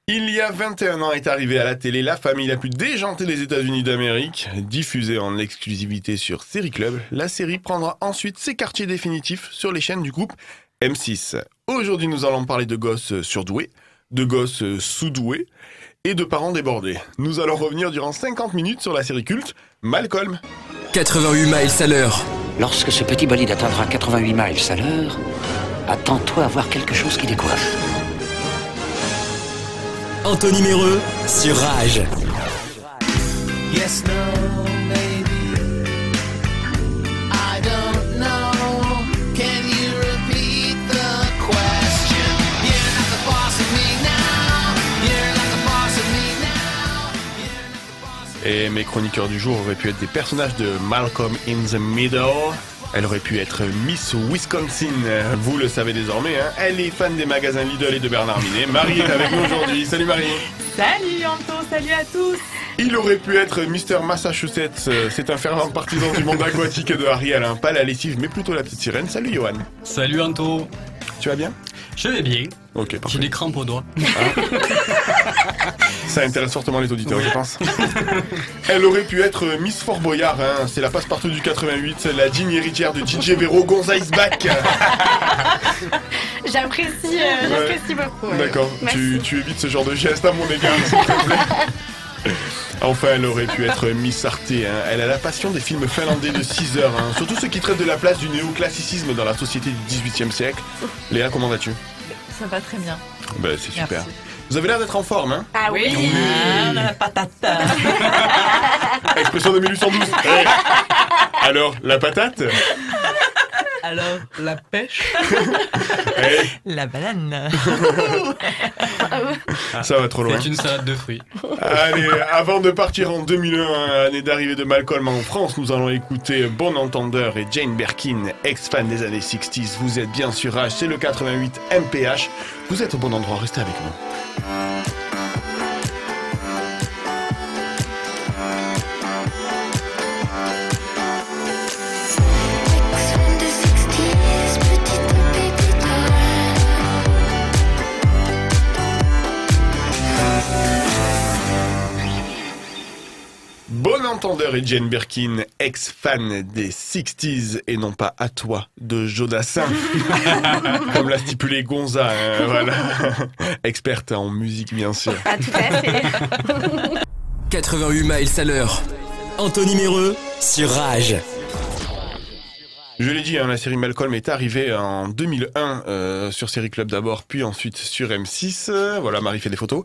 Il y a 21 ans est arrivée à la télé la famille la plus déjantée des États-Unis d'Amérique. Diffusée en exclusivité sur Série Club, la série prendra ensuite ses quartiers définitifs sur les chaînes du groupe M6. Aujourd'hui, nous allons parler de gosses surdoués, de gosses sous-doués et de parents débordés. Nous allons revenir durant 50 minutes sur la série culte Malcolm. 88 miles à l'heure. Lorsque ce petit bolide atteindra 88 miles à l'heure, attends-toi à voir quelque chose qui décoiffe. Anthony Méreux sur Rage. Yes, no, maybe. I don't know. Can you repeat the question? You're not the boss of me now. You're not the boss of me now. You're not the boss of me. Et mes chroniqueurs du jour auraient pu être des personnages de Malcolm in the Middle. Elle aurait pu être Miss Wisconsin, vous le savez désormais, hein. Elle est fan des magasins Lidl et de Bernard Minet. Marie est avec nous aujourd'hui. Salut Marie. Salut Anto, salut à tous. Il aurait pu être Mr Massachusetts, c'est un fervent partisan du monde aquatique de Harry Alain, pas la lessive mais plutôt la petite sirène. Salut Johan. Salut Anto. Tu vas bien? Je vais bien. Ok, parfait. J'ai des crampes aux doigts. Ça intéresse fortement les auditeurs, je pense. Elle aurait pu être Miss Fort Boyard, hein. C'est la passe-partout du 88, la digne héritière de DJ Véro, Gonza is back. J'apprécie beaucoup. D'accord, tu évites ce genre de geste à mon égard, s'il te plaît. Enfin, elle aurait pu être Miss Arte, hein. Elle a la passion des films finlandais de 6 heures, hein. Surtout ceux qui traitent de la place du néoclassicisme dans la société du 18e siècle. Léa, comment vas-tu? Ça va très bien. Bah, c'est super. Merci. Vous avez l'air d'être en forme, hein? Ah oui, on a la patate. Expression de 1812. Hey. Alors, la patate? Alors, la pêche. Hey. La banane. Ça va trop loin. C'est une salade de fruits. Allez, avant de partir en 2001, année d'arrivée de Malcolm en France, nous allons écouter Bon Entendeur et Jane Birkin, ex-fan des années 60s. Vous êtes bien sur Rage, c'est le 88 MPH. Vous êtes au bon endroit, restez avec nous. Bon Entendeur et Jane Birkin, ex-fan des 60s et non pas à toi de Jodassin, comme l'a stipulé Gonza, hein, voilà. Experte en musique bien sûr. Ah, tout à fait. 88 miles à l'heure. Anthony Méreux sur Rage. Je l'ai dit, hein, la série Malcolm est arrivée en 2001 sur Série Club d'abord, puis ensuite sur M6. Voilà, Marie fait des photos.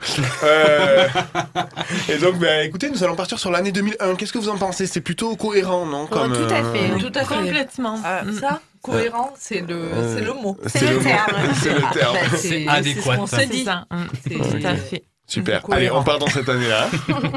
Et donc, bah, écoutez, nous allons partir sur l'année 2001. Qu'est-ce que vous en pensez? C'est plutôt cohérent, non? Comme, Tout à fait. Tout à fait. Complètement. Ça, cohérent, c'est le mot. C'est le terme. C'est le terme. C'est adéquat. C'est ce qu'on se dit. Ça. C'est Ok. Tout à fait. Super. Cohérent. Allez, on part dans cette année-là.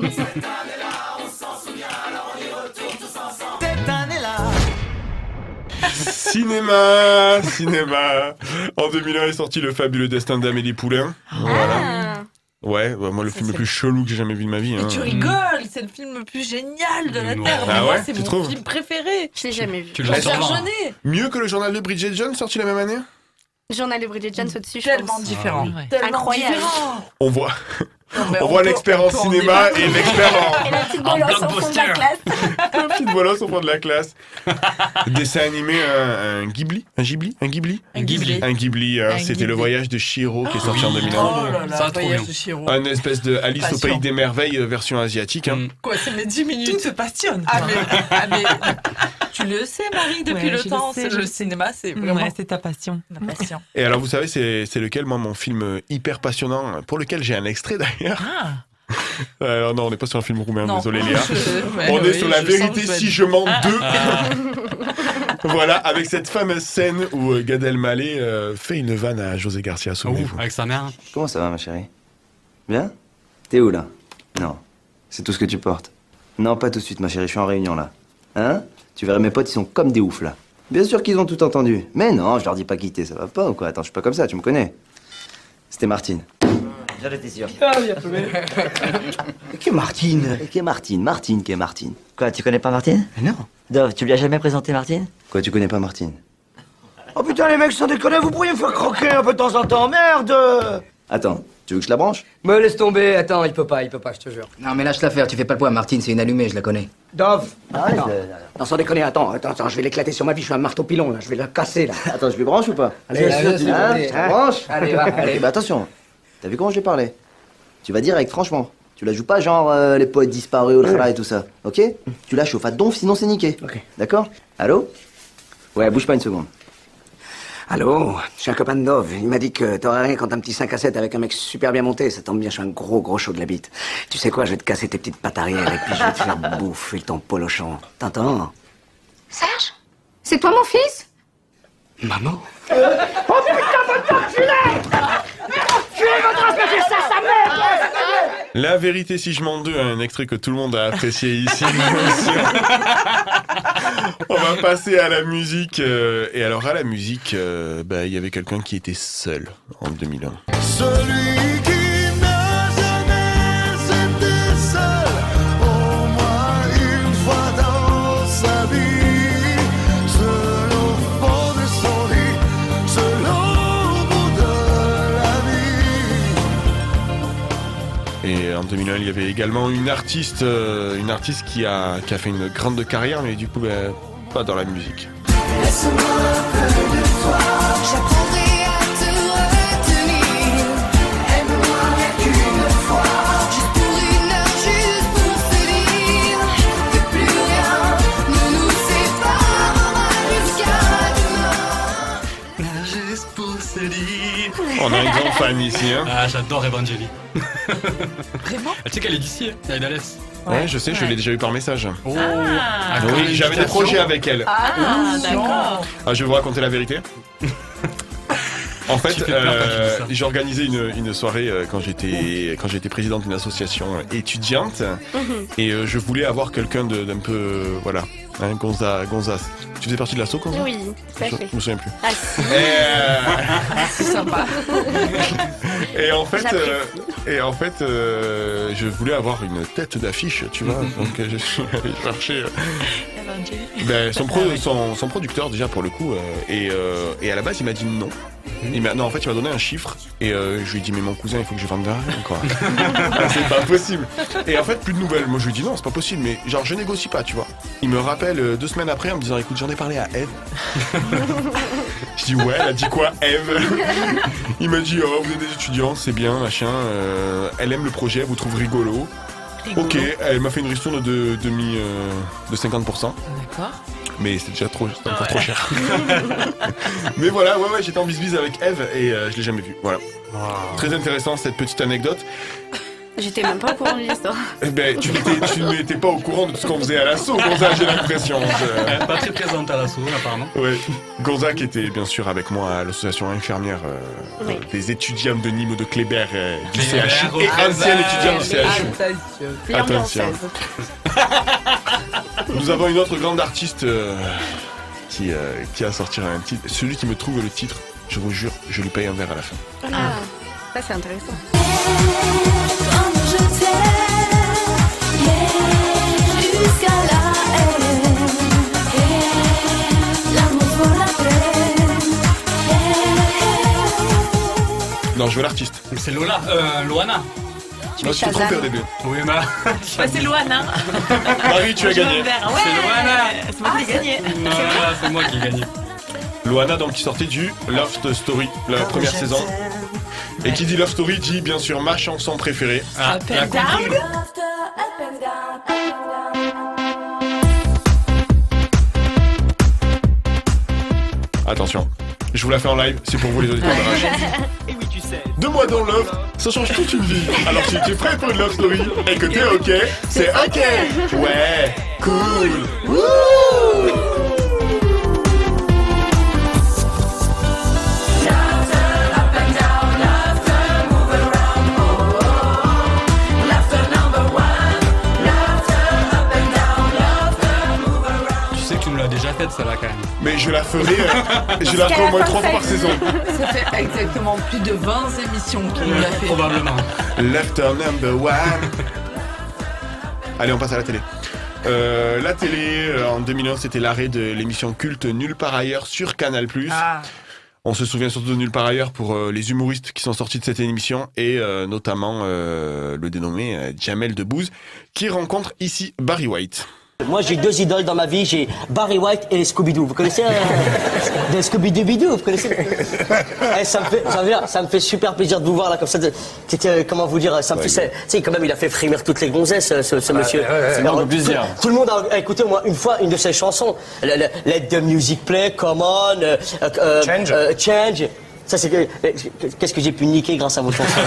Cinéma. En 2001 est sorti Le Fabuleux Destin d'Amélie Poulain. Voilà. Ouais, bah, moi le film le plus chelou que j'ai jamais vu de ma vie. Mais Hein. tu rigoles, c'est le film le plus génial de la Non. Terre. Ah Moi, ouais, c'est tu mon trouves film préféré. Je l'ai jamais vu. Tu le Jean-Pierre sens. Jeunet. Mieux que le journal de Bridget Jones sorti la même année? Journal de Bridget Jones au-dessus, je Tellement pense. différent. Ah oui. Tellement Incroyable. différent. On voit, Non, mais on voit peut- l'expert en on peut cinéma débattre. et l'expert Et la petite bolosse au fond de blockbuster. la classe. en petite bolosse au fond de la classe. Dessin animé, un Ghibli. Un Ghibli. Un Ghibli, hein, Un c'était Ghibli. Le Voyage de Chihiro qui est sorti en 2001. Oh là Ça, là, trop voyage bien. de Chihiro. Un espèce de Alice au Passion. Pays des Merveilles version asiatique. Hein. Quoi, c'est mes 10 minutes. Tout te passionne. Ah mais, tu le sais Marie, depuis Ouais, le je le temps, sais, c'est je le le sais. cinéma, c'est vraiment Ouais, c'est ta passion. ma passion. Et alors vous savez, c'est lequel, moi, mon film hyper passionnant, pour lequel j'ai un extrait d'ailleurs. Ah. Alors non, on n'est pas sur un film roumain, Non. désolé Léa. Ouais, On est oui, sur La je sens vérité que je vais si être- je mens 2. Ah, Voilà, avec cette fameuse scène où Gad Elmaleh fait une vanne à José Garcia, souvenez-vous. avec sa mère. Comment ça va, ma chérie? Bien? T'es où, là? Non. C'est tout ce que tu portes? Non, pas tout de suite, ma chérie, je suis en réunion, là. Hein? Tu verrais, mes potes, ils sont comme des oufs, là. Bien sûr qu'ils ont tout entendu. Mais non, je leur dis pas quitter, ça va pas ou quoi? Attends, je suis pas comme ça, tu me connais. C'était Martine. J'en étais sûr. Qui est Martine? Qui est Martine? Martine, qui est Martine? Quoi, tu connais pas Martine? Non. Dove, tu lui as jamais présenté Martine? Quoi, tu connais pas Martine? Oh putain, les mecs, sans déconner, vous pourriez me faire croquer un peu de temps en temps, merde! Attends, Tu veux que je la branche? Me laisse tomber, attends, il peut pas, je te jure. Non mais lâche l'affaire, tu fais pas le poids, Martine, c'est une allumée, je la connais. Dove. Non, sans déconner, attends, je vais l'éclater sur ma vie, je suis un marteau pilon là, je vais la casser là. Attends, je lui branche ou pas? Allez, Je la branche? Allez, va, allez. Ok, bah attention. T'as vu comment j'ai parlé? Tu vas direct, franchement. Tu la joues pas genre les poètes disparus, et tout ça, ok? Tu la chauffes à donf, sinon c'est niqué. Ok. D'accord? Allô? Ouais, bouge pas une seconde. Allô, je suis un copain de Dove, il m'a dit que t'aurais rien quand un petit 5 à 7 avec un mec super bien monté, ça tombe bien, je suis un gros chaud de la bite. Tu sais quoi, je vais te casser tes petites pattes arrière et puis je vais te faire bouffer ton polochon. T'entends? Serge? C'est toi mon fils? Maman? La vérité si je mens 2, un extrait que tout le monde a apprécié ici. bien sûr. On va passer à la musique. Et alors à la musique, il y avait quelqu'un qui était seul en 2001. Celui qui n'a jamais été seul, au moins une fois dans sa vie, seul au fond de son lit, seul au bout de la vie. Et en 2001, il y avait également une artiste qui a fait une grande carrière, mais du coup, pas dans la musique. Laisse-moi un peu de toi, j'apprendrai à te retenir. Aime-moi rien qu'une fois, juste pour une heure, juste pour se dire que plus rien ne nous séparera jusqu'à demain. Juste pour se dire. On a un grand fan ici, hein. Ah, j'adore Evangélie. Vraiment? Tu sais qu'elle est d'ici, elle est d'Alès. Ouais, je sais, je l'ai déjà eu par message. Oh. Ah. Oui, j'avais des projets avec elle. Ah, d'accord. Ah, je vais vous raconter la vérité. En fait, Tu fais peur quand tu dis ça. j'ai organisé une soirée quand j'étais président d'une association étudiante et je voulais avoir quelqu'un d'un peu voilà, hein, Gonza. Tu faisais partie de l'asso, Gonza? Oui, tout à Je fait. me souviens plus. Ah, si. C'est sympa. Et en fait, J'apprécie. je voulais avoir une tête d'affiche, tu vois. Donc je suis allé chercher son producteur déjà pour le coup. Et à la base, il m'a dit non. Il m'a donné un chiffre et je lui ai dit mais mon cousin il faut que je vende de rien quoi. C'est pas possible. Et en fait plus de nouvelles. Moi je lui ai dit non c'est pas possible mais genre je négocie pas tu vois. Il me rappelle 2 semaines après en me disant écoute j'en ai parlé à Eve. Je dis ouais elle a dit quoi Eve? Il m'a dit oh vous êtes des étudiants c'est bien machin. Elle aime le projet elle vous trouve rigolo. Ok elle m'a fait une ristourne de 50%. D'accord. Mais c'était déjà encore trop cher. Mais voilà, ouais, j'étais en bisbise avec Eve et je l'ai jamais vue. Voilà. Wow. Très intéressant cette petite anecdote. J'étais même pas au courant de l'histoire. Eh ben, tu n'étais pas au courant de tout ce qu'on faisait à l'assaut, Gonza, j'ai l'impression. Elle est pas très présente à l'assaut, apparemment. Ouais. Gonza qui était bien sûr avec moi à l'association infirmière Oui. des étudiants de Nîmes ou de Kléber du Kléber, CHU au et Kléber. ancienne étudiante du CHU. Attention. Attention. Nous avons une autre grande artiste qui a sorti un titre. Celui qui me trouve le titre, je vous jure, je lui paye un verre à la fin. Ah, ça c'est intéressant. Comme je t'aime, jusqu'à la haine, l'amour vaut la peine. Non, je veux l'artiste. C'est Lola, Loana. Non, tu t'es trompé au début. Oui, Bah, c'est Loana. Marie, tu as gagné. Ouais, C'est Loana. c'est moi qui ai gagné. Non, c'est moi qui ai gagné. Loana, donc, qui sortait du Love Story, la première saison. Et qui dit Love Story dit bien sûr ma chanson préférée. Ah, Up la and down. coucou. Attention, je vous la fais en live, c'est pour vous les auditeurs de Rage. Et oui, tu sais. 2 mois dans Love, ça change toute une vie. Alors si tu es prêt pour une Love Story et que t'es ok, c'est ok. Ouais, cool. Wouh. Tu sais que tu nous l'as déjà faite, celle-là, quand même. Mais je la ferai au moins 3 fois par saison. Ça fait exactement plus de 20 émissions qu'il nous l'a fait. Probablement. Love number one. Allez, on passe à la télé. La télé, en 2001, c'était l'arrêt de l'émission culte Nulle part ailleurs sur Canal+. Ah. On se souvient surtout de Nulle part ailleurs pour les humoristes qui sont sortis de cette émission et notamment le dénommé Jamel Debbouze qui rencontre ici Barry White. Moi, j'ai 2 idoles dans ma vie, j'ai Barry White et Scooby-Doo. Vous connaissez de Scooby-Doo, vous connaissez ça me fait super plaisir de vous voir là comme ça. Comment vous dire, ça me fait, tu sais, quand même, il a fait frémir toutes les gonzesses, ce monsieur. Plaisir. Tout le monde a écouté au moins une fois une de ses chansons. Let the music play, come on, change. Ça, c'est qu'est-ce que j'ai pu niquer grâce à vos chansons.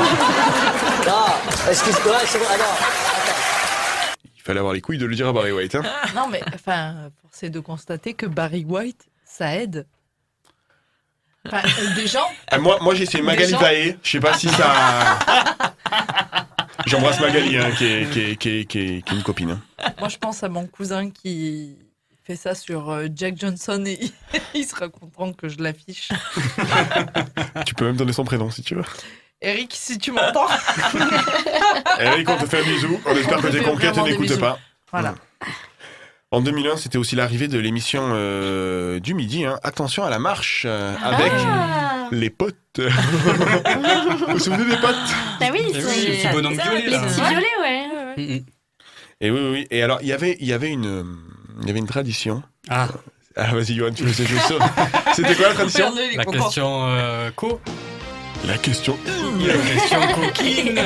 Non, excuse-moi, c'est vrai, non. Il fallait avoir les couilles de le dire à Barry White. Hein. Non, mais enfin, force est de constater que Barry White, ça aide. Enfin, des gens. Moi j'ai essayé Magali Vaé. Je sais pas si ça. J'embrasse Magali, hein, qui est une copine. Hein. Moi, je pense à mon cousin qui fait ça sur Jack Johnson et il sera content que je l'affiche. Tu peux même donner son prénom si tu veux. Eric, si tu m'entends. Eric, on te fait un bisou. On espère que t'es conquête et n'écoute pas. Voilà. En 2001, c'était aussi l'arrivée de l'émission du midi. Hein. Attention à la marche avec les potes. Vous vous souvenez des potes? Ah oui, les petits bonhommes violets. Les petits violets, ouais. Et oui. Et alors, il y avait une tradition. Ah, vas-y, Johan, tu le sais, je suis sûr. C'était quoi la tradition? La question co. La question. La question coquine.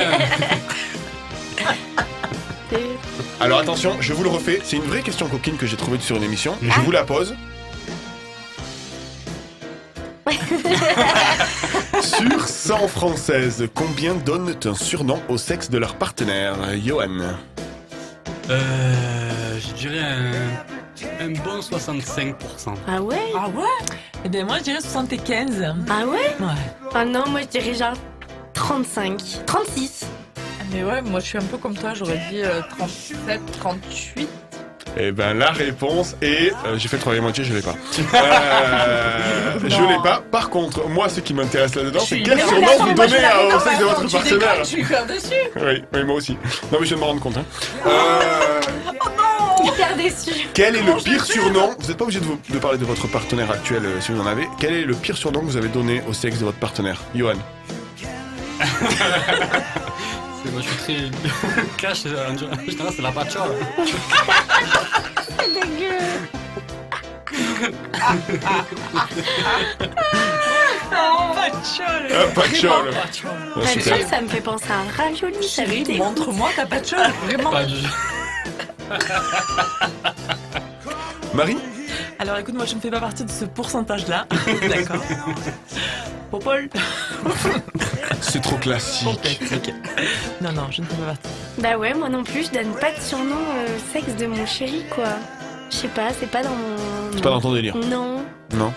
Alors attention, je vous le refais. C'est une vraie question coquine que j'ai trouvée sur une émission. Je vous la pose. Sur 100 françaises, combien donnent un surnom au sexe de leur partenaire, Johan? Je dirais un bon 65%. Ah ouais? Ah ouais? Eh bien, moi, je dirais 75. Ah ouais? Ouais. Ah non, moi, je dirais genre 35. 36. Mais ouais, moi, je suis un peu comme toi. J'aurais dit 37, 38. Eh ben, la réponse est... j'ai fait le troisième moitié, je l'ai pas. Je l'ai pas. Par contre, moi, ce qui m'intéresse là-dedans, c'est quel surnom vous donnez au sexe de votre partenaire. Je suis quand dessus. Oui, moi aussi. Non, mais je viens de me rendre compte. Hein. Hyper déçu. Quel est le pire surnom? Vous n'êtes pas obligé de parler de votre partenaire actuel si vous en avez. Quel est le pire surnom que vous avez donné au sexe de votre partenaire, Johan? Moi, je suis très cash. En général, c'est la patcholle. C'est dégueu. Patcholle. Patcholle, ça me fait penser à un ravioli. Chérie, montre-moi ta patcholle. Vraiment. Pas du... Marie? Alors écoute, moi je ne fais pas partie de ce pourcentage-là. D'accord. Popol. C'est trop classique. Non, je ne fais pas partie. Bah ouais, moi non plus, je donne pas de surnom sexe de mon chéri, quoi. Je sais pas, c'est pas dans mon... C'est pas dans ton délire? Non. Non.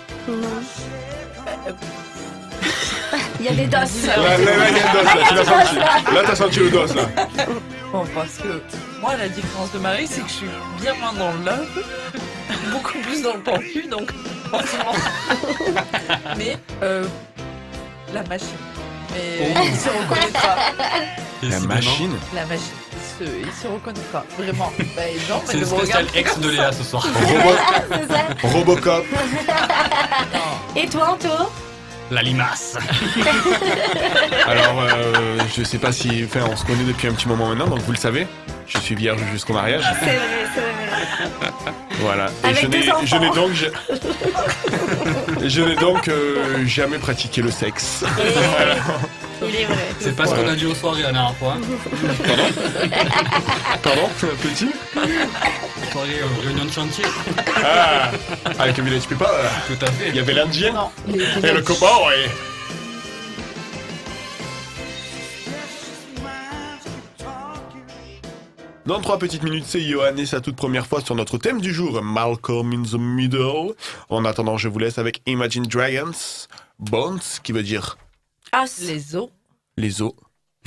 Il y a des doses. Là, il y a une dose, là. Tu l'as senti. Là, t'as senti le dos, là. Bon, parce que moi, la différence de Marie, c'est que je suis bien moins dans le love, beaucoup plus dans le pendu, donc forcément. Mais la machine. Mais il se reconnaîtra. La machine? La machine. Il se reconnaîtra. Vraiment. Bah, non, c'est le spécial ex de Léa ce soir. Robocop. Et toi, Anto? La limace. Alors, je sais pas si... Enfin, on se connaît depuis un petit moment maintenant, donc vous le savez. Je suis vierge jusqu'au mariage. C'est vrai. Voilà. Et Avec je n'ai donc jamais pratiqué le sexe. Il est vrai. C'est pas ce qu'on a dit aux soirées la dernière fois. Pardon, petit? Soirée réunion de chantier. Ah, avec le Village People. Tout à fait. Il y avait l'Indien et le cowboy. Dans 3 petites minutes, c'est Johan et sa toute première fois sur notre thème du jour, Malcolm in the Middle. En attendant, je vous laisse avec Imagine Dragons, Bones, qui veut dire... Os. Les os. Les os.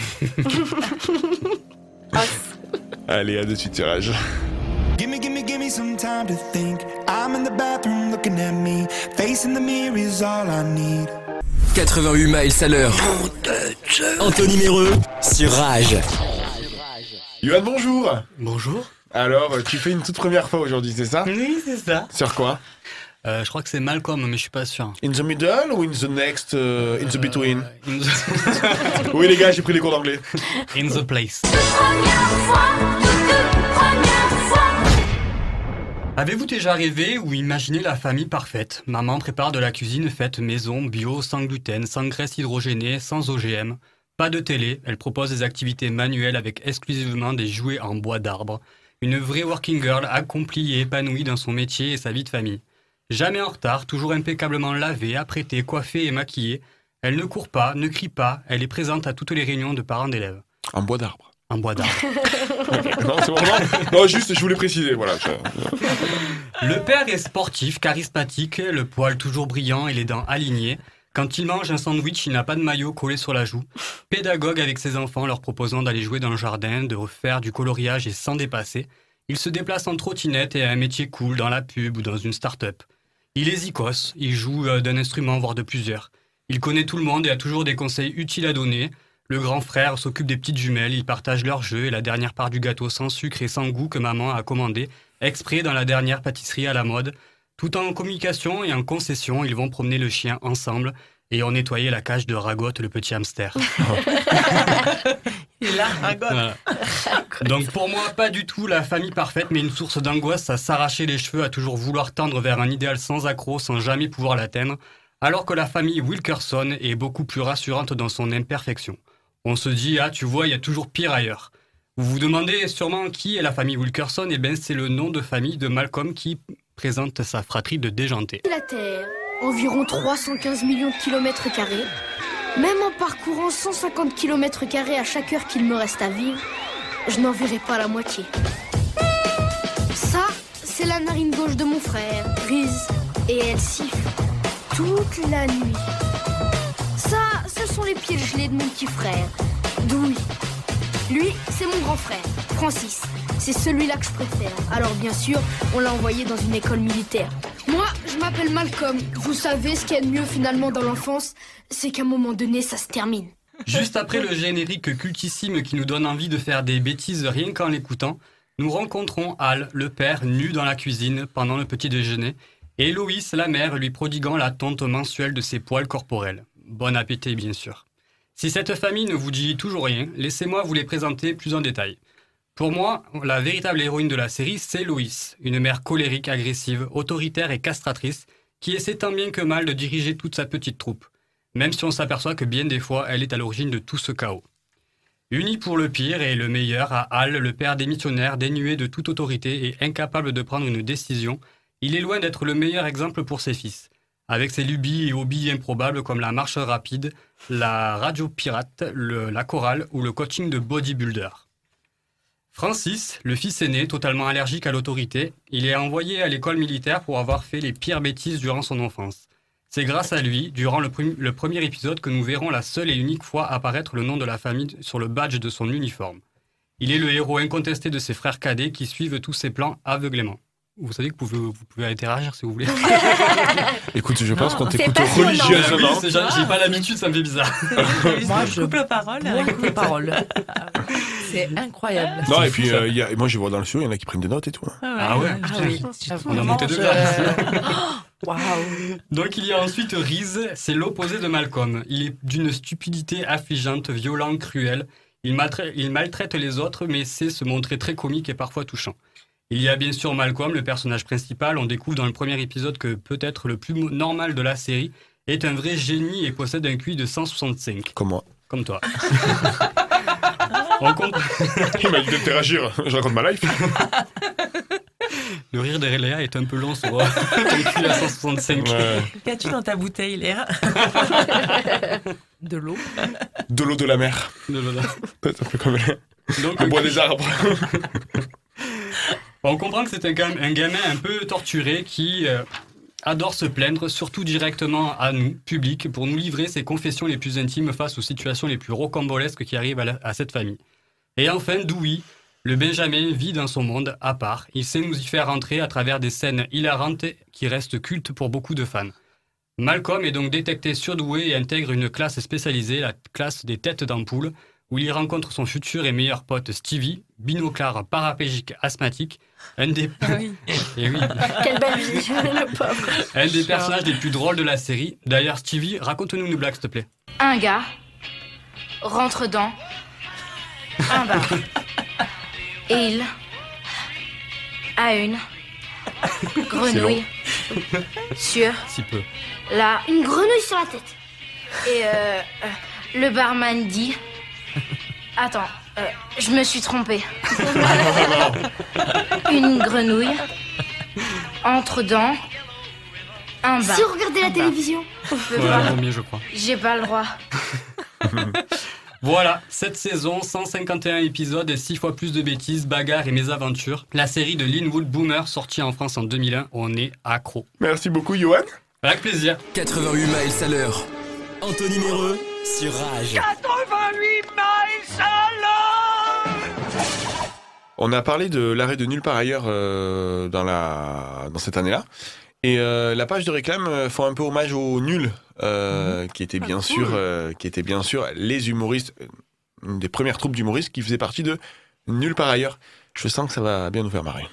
Allez, à de suite sur Rage. Give me some time to think. I'm in the bathroom looking at me. Facing the mirror is all I need. 88 miles à l'heure. Anthony Méreux sur Rage. Johan, bonjour. Bonjour. Alors, tu fais une toute première fois aujourd'hui, c'est ça? Oui, c'est ça. Sur quoi? Je crois que c'est Malcolm, mais je suis pas sûr. In the middle ou in the next, in the between? Oui les gars, j'ai pris des cours d'anglais. In the place. Avez-vous déjà rêvé ou imaginé la famille parfaite? Maman prépare de la cuisine faite maison, bio, sans gluten, sans graisse hydrogénée, sans OGM. Pas de télé, elle propose des activités manuelles avec exclusivement des jouets en bois d'arbre. Une vraie working girl accomplie et épanouie dans son métier et sa vie de famille. Jamais en retard, toujours impeccablement lavée, apprêtée, coiffée et maquillée. Elle ne court pas, ne crie pas, elle est présente à toutes les réunions de parents d'élèves. En bois d'arbre. En bois d'arbre. Non, c'est vraiment... Non, juste, je voulais préciser, voilà. Le père est sportif, charismatique, le poil toujours brillant et les dents alignées. Quand il mange un sandwich, il n'a pas de maillot collé sur la joue. Pédagogue avec ses enfants, leur proposant d'aller jouer dans le jardin, de refaire du coloriage et sans dépasser. Il se déplace en trottinette et a un métier cool dans la pub ou dans une start-up. Il est zikos, il joue d'un instrument, voire de plusieurs. Il connaît tout le monde et a toujours des conseils utiles à donner. Le grand frère s'occupe des petites jumelles, ils partagent leurs jeux et la dernière part du gâteau sans sucre et sans goût que maman a commandé, exprès dans la dernière pâtisserie à la mode. Tout en communication et en concession, ils vont promener le chien ensemble et ont nettoyé la cage de Ragot, le petit hamster. Il est là, Ragot. Voilà. Donc pour moi, pas du tout la famille parfaite, mais une source d'angoisse à s'arracher les cheveux, à toujours vouloir tendre vers un idéal sans accroc, sans jamais pouvoir l'atteindre, alors que la famille Wilkerson est beaucoup plus rassurante dans son imperfection. On se dit, ah tu vois, il y a toujours pire ailleurs. Vous vous demandez sûrement qui est la famille Wilkerson? Eh bien c'est le nom de famille de Malcolm qui présente sa fratrie de déjanté. La Terre, environ 315 millions de kilomètres carrés. Même en parcourant 150 kilomètres carrés à chaque heure qu'il me reste à vivre, je n'en verrai pas la moitié. Ça, c'est la narine gauche de mon frère, Riz, et elle siffle toute la nuit. Ça, ce sont les pieds gelés de mon petit frère, Dewey. Lui, c'est mon grand frère, Francis. C'est celui-là que je préfère. Alors bien sûr, on l'a envoyé dans une école militaire. Moi, je m'appelle Malcolm. Vous savez, ce qu'il y a de mieux finalement dans l'enfance, c'est qu'à un moment donné, ça se termine. Juste après le générique cultissime qui nous donne envie de faire des bêtises rien qu'en l'écoutant, nous rencontrons Al, le père, nu dans la cuisine pendant le petit déjeuner, et Loïs, la mère, lui prodiguant la tonte mensuelle de ses poils corporels. Bon appétit, bien sûr. Si cette famille ne vous dit toujours rien, laissez-moi vous les présenter plus en détail. Pour moi, la véritable héroïne de la série, c'est Loïs, une mère colérique, agressive, autoritaire et castratrice, qui essaie tant bien que mal de diriger toute sa petite troupe, même si on s'aperçoit que bien des fois, elle est à l'origine de tout ce chaos. Uni pour le pire et le meilleur à Al, le père démissionnaire, dénué de toute autorité et incapable de prendre une décision, il est loin d'être le meilleur exemple pour ses fils. Avec ses lubies et hobbies improbables comme la marche rapide, la radio pirate, la chorale ou le coaching de bodybuilder. Francis, le fils aîné, totalement allergique à l'autorité, il est envoyé à l'école militaire pour avoir fait les pires bêtises durant son enfance. C'est grâce à lui, durant le premier épisode, que nous verrons la seule et unique fois apparaître le nom de la famille sur le badge de son uniforme. Il est le héros incontesté de ses frères cadets qui suivent tous ses plans aveuglément. Vous savez que vous pouvez interagir si vous voulez. Écoute, je pense qu'on t'écoute religieusement. Oui, j'ai pas l'habitude, ça me fait bizarre. Moi, je coupe la parole. Moi, je coupe la parole. C'est incroyable. Non, et puis, moi, je vois dans le show, il y en a qui prennent des notes et tout. Ah ouais, oui. On a monté de grade. Waouh. Donc il y a ensuite Riz, c'est l'opposé de Malcolm. Il est d'une stupidité affligeante, violent, cruel. Il maltraite les autres, mais sait se montrer très comique et parfois touchant. Il y a bien sûr Malcolm, le personnage principal. On découvre dans le premier épisode que peut-être le plus normal de la série est un vrai génie et possède un QI de 165. Comme moi. Comme toi. Il m'a dit d'interagir, je raconte ma life. Le rire de Léa est un peu long sur ton QI à 165. Ouais. Qu'as-tu dans ta bouteille, Léa? De l'eau. De l'eau de la mer. De l'eau de la mer. C'est un peu comme un bois des arbres. On comprend que c'est un gamin un peu torturé qui adore se plaindre, surtout directement à nous, public, pour nous livrer ses confessions les plus intimes face aux situations les plus rocambolesques qui arrivent à cette famille. Et enfin, Dewey, le Benjamin, vit dans son monde à part. Il sait nous y faire rentrer à travers des scènes hilarantes qui restent cultes pour beaucoup de fans. Malcolm est donc détecté surdoué et intègre une classe spécialisée, la classe des têtes d'ampoule, où il y rencontre son futur et meilleur pote Stevie, binoclard paraplégique asthmatique, un des... Et oui. Quelle belle vie, le pauvre. Un des personnages les plus drôles de la série. D'ailleurs, Stevie, raconte-nous une blague, s'il te plaît. Un gars rentre dans un bar et il a une grenouille sur Si peu. Une grenouille sur la tête. Et le barman dit attends, je me suis trompé. Une grenouille entre dans un bar. Si on regardait la télévision. Mieux, je crois. J'ai pas le droit. Voilà, cette saison, 151 épisodes et 6 fois plus de bêtises, bagarres et mésaventures. La série de Linwood Boomer, sortie en France en 2001, on est accro. Merci beaucoup, Johan. Avec plaisir. 88 miles à l'heure. Anthony Méreux sur Rage. 88 miles à l'heure. On a parlé de l'arrêt de Nulle part ailleurs dans cette année-là. Et la page de réclame font un peu hommage aux nuls, qui étaient bien sûr les humoristes, une des premières troupes d'humoristes qui faisaient partie de Nulle part ailleurs. Je sens que ça va bien nous faire marrer.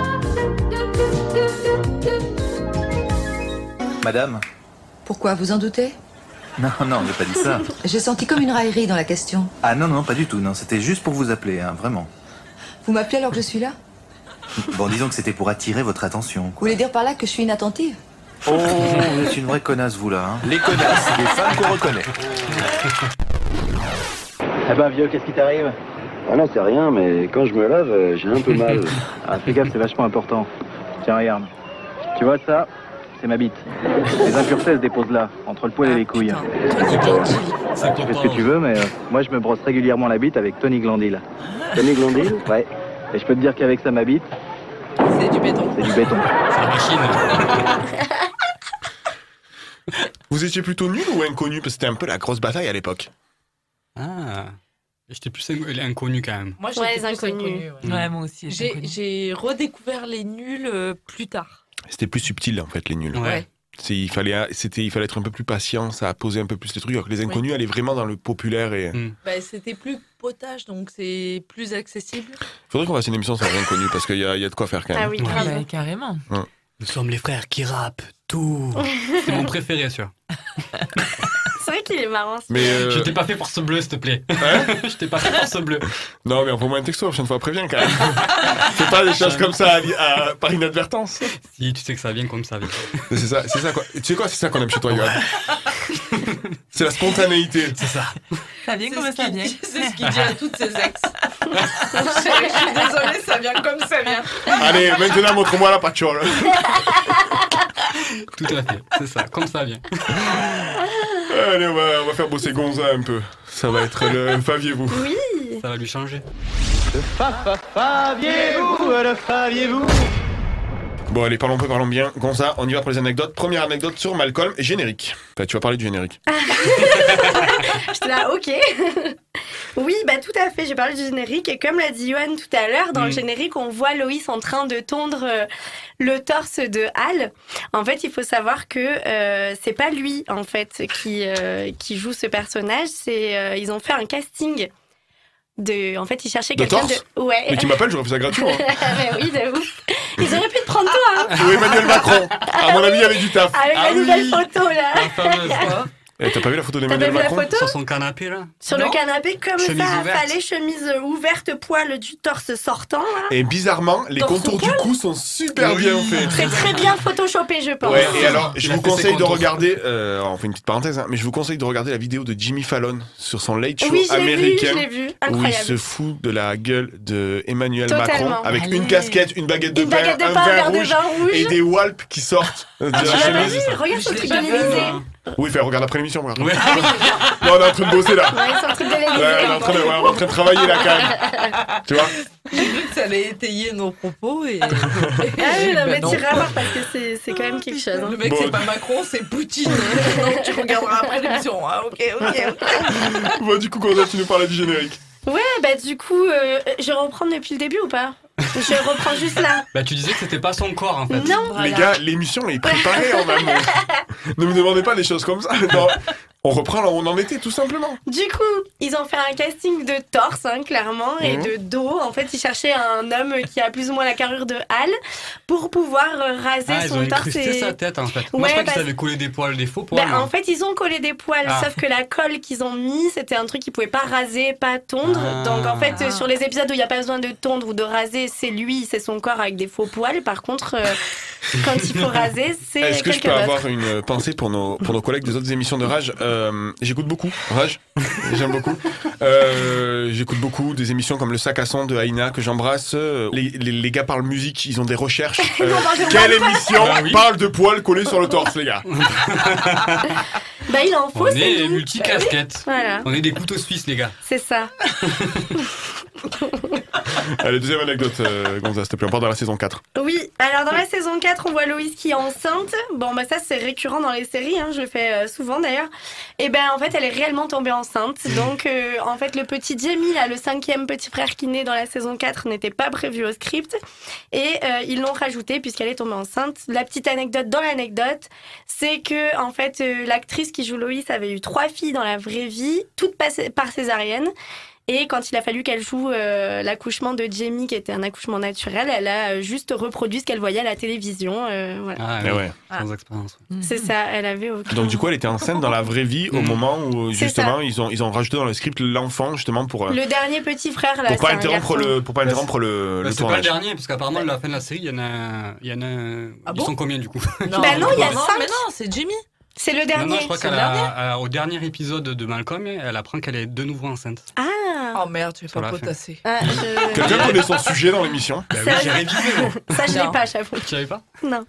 Madame? Pourquoi, vous en doutez? Non, j'ai pas dit ça. J'ai senti comme une raillerie dans la question. Ah non, pas du tout, non, c'était juste pour vous appeler, hein, vraiment. Vous m'appelez alors que je suis là? Bon, disons que c'était pour attirer votre attention. Vous voulez dire par là que je suis inattentive? Oh, vous êtes une vraie connasse, vous, là. Hein. Les connasses, les femmes qu'on reconnaît. Eh ben, vieux, qu'est-ce qui t'arrive? Ah non, c'est rien, mais quand je me lave, j'ai un peu mal. Ah, fais gaffe, c'est vachement important. Tiens, regarde. Tu vois ça? C'est ma bite. Les impuretés, elles se déposent là, entre le poil et les couilles. Tu fais ce que tu veux, mais moi, je me brosse régulièrement la bite avec Tony Glandil. Tony Glandil? Ouais. Et je peux te dire qu'avec ça, ma bite... C'est du béton. C'est du béton. C'est la machine. Vous étiez plutôt nul ou inconnu? Parce que c'était un peu la grosse bataille à l'époque. Ah, j'étais plus inconnu quand même. Moi, Ouais, j'étais les plus inconnus. Ouais, moi aussi. J'ai redécouvert les nuls plus tard. C'était plus subtil en fait, les nuls. Ouais. Il fallait être un peu plus patient, ça a posé un peu plus les trucs. Alors que les inconnus allaient vraiment dans le populaire et. Bah, c'était plus potage, donc c'est plus accessible. Faudrait qu'on fasse une émission sur les inconnus parce qu'il y a de quoi faire quand même. Ah oui, grave. Ouais, carrément. Ouais. Nous sommes les frères qui rappent tout. C'est mon préféré, sûr. C'est vrai qu'il est marrant. Mais Je t'ai pas fait force bleue, s'il te plaît. Hein? Je t'ai pas fait force bleue. Non, mais envoie-moi un texto la prochaine fois, préviens quand même. Fais pas des choses comme ça par inadvertance. Si, tu sais que ça vient comme ça vient. C'est ça quoi. Tu sais quoi, c'est ça qu'on aime chez toi, Yoann. C'est la spontanéité. C'est ça. Ça vient comme ça vient. C'est ce qu'il dit à toutes ses ex. Je suis désolée, ça vient comme ça vient. Allez, maintenant, montre-moi la patchole. Tout à fait, c'est ça, comme ça vient. Allez, on va faire bosser Gonza un peu. Ça va être le faviez-vous. Oui. Ça va lui changer. Le faviez-vous, le faviez-vous. Bon, allez, parlons bien. Gonza, on y va pour les anecdotes. Première anecdote sur Malcolm, générique. Enfin, tu vas parler du générique. J'étais là, ok. Oui, bah tout à fait, j'ai parlé du générique. Et comme l'a dit Yoann tout à l'heure, dans le générique, on voit Loïs en train de tondre le torse de Hal. En fait, il faut savoir que c'est pas lui, en fait, qui joue ce personnage. Ils ont fait un casting. En fait, ils cherchaient quelqu'un de... Ouais. Mais tu m'appelles, j'aurais fait ça gratuit. Mais oui, de ouf. Ils auraient pu te prendre toi. Hein. Ou Emmanuel Macron. À mon avis, il y avait du taf. Avec la nouvelle photo, là. La fameuse quoi? Eh, t'as pas vu la photo d'Emmanuel Macron? La photo sur son canapé, là? Sur le canapé, comme chemise ça, ouverte. fallait chemise ouverte, poil du torse sortant. Là. Et bizarrement, les contours du cou sont super bien faits. C'est très bien photoshopé, je pense. Ouais, et alors, je vous conseille de regarder, on fait une petite parenthèse, hein, mais je vous conseille de regarder la vidéo de Jimmy Fallon sur son Late Show américain. Je l'ai vu, où il incroyable. se fout de la gueule de Emmanuel Totalement. Macron avec une casquette, une baguette de pain, un verre rouge et des walpes qui sortent de la chemise. Regarde son truc de l'Élysée. Oui, regarde après l'émission, regarde. Ouais. Non, on est en train de bosser là. Ouais, c'est un truc de l'Élysée. Ouais, on est en train de travailler là quand même. Tu vois? J'ai vu que ça allait étayer nos propos et... Ah oui, non, mais non. tu voir parce que c'est quand même quelque chose. Hein. Le mec, c'est pas Macron, c'est Poutine. Non, tu regarderas après l'émission. Ah, ok. Bon, du coup, quand tu nous parlais du générique. Ouais, bah du coup, je vais reprendre depuis le début ou pas? Je reprends juste là. Bah tu disais que c'était pas son corps en fait. Non. Les gars, l'émission est préparée en amont. Ne me demandez pas des choses comme ça. Non. On reprend là où on en était, tout simplement. Du coup, ils ont fait un casting de torse, clairement, et de dos. En fait, ils cherchaient un homme qui a plus ou moins la carrure de Hal pour pouvoir raser Ils son ont torse. incrusté sa tête, en fait. Moi, Ouais, je crois parce- qu'ils avaient collé des faux poils. En fait, ils ont collé des poils, sauf que la colle qu'ils ont mis, c'était un truc qu'ils pouvaient pas raser, pas tondre. Donc, en fait, sur les épisodes où il n'y a pas besoin de tondre ou de raser, c'est son corps avec des faux poils. Par contre, quand il faut raser, c'est Est-ce que je peux quelqu'un d'autre. avoir une pensée pour nos collègues des autres émissions de Rage? J'écoute beaucoup Rage, j'aime beaucoup. J'écoute beaucoup des émissions comme Le Sac à Son de Aïna que j'embrasse. Les gars parlent musique, ils ont des recherches. On parle de Quelle poils. émission parle de poils collés sur le torse, les gars? Bah, il en faut, On c'est est nous. multi-casquettes. Voilà. On est des couteaux suisses, les gars. C'est ça. Allez, deuxième anecdote, Gonza, s'il te plaît, on part dans la saison 4. Oui, alors dans la saison 4, on voit Loïs qui est enceinte. Bon, bah ça, c'est récurrent dans les séries, je le fais souvent d'ailleurs. Et ben, en fait, elle est réellement tombée enceinte. Donc, en fait, le petit Jamie, là, le 5e petit frère qui naît dans la saison 4, n'était pas prévu au script. Et ils l'ont rajouté puisqu'elle est tombée enceinte. La petite anecdote dans l'anecdote, c'est que, en fait, l'actrice qui joue Loïs avait eu 3 filles dans la vraie vie, toutes par césarienne. Et quand il a fallu qu'elle joue l'accouchement de Jamie, qui était un accouchement naturel, elle a juste reproduit ce qu'elle voyait à la télévision. Voilà. Ah, Mais ouais. Sans expérience. C'est ça, elle avait aucun... Donc du coup, elle était enceinte dans la vraie vie au moment où C'est justement ça. ils ont rajouté dans le script l'enfant justement pour Le dernier petit frère, là, pour pas c'est un interrompre garçon. le C'est pas le tournage. dernier, parce qu'apparemment, à la fin de la série, il y en a. Ils sont combien du coup? Non, bah non, il y a 5. Mais non, c'est Jimmy. C'est le dernier. Non, je crois C'est le dernier. au dernier épisode de Malcolm, elle apprend qu'elle est de nouveau enceinte. Ah. Oh merde, tu es Sur pas la fin. potassé. Quelqu'un connaît son sujet dans l'émission? Bah oui, j'ai révisé, moi. Ça, je l'ai pas, j'avoue. Tu savais pas? Non.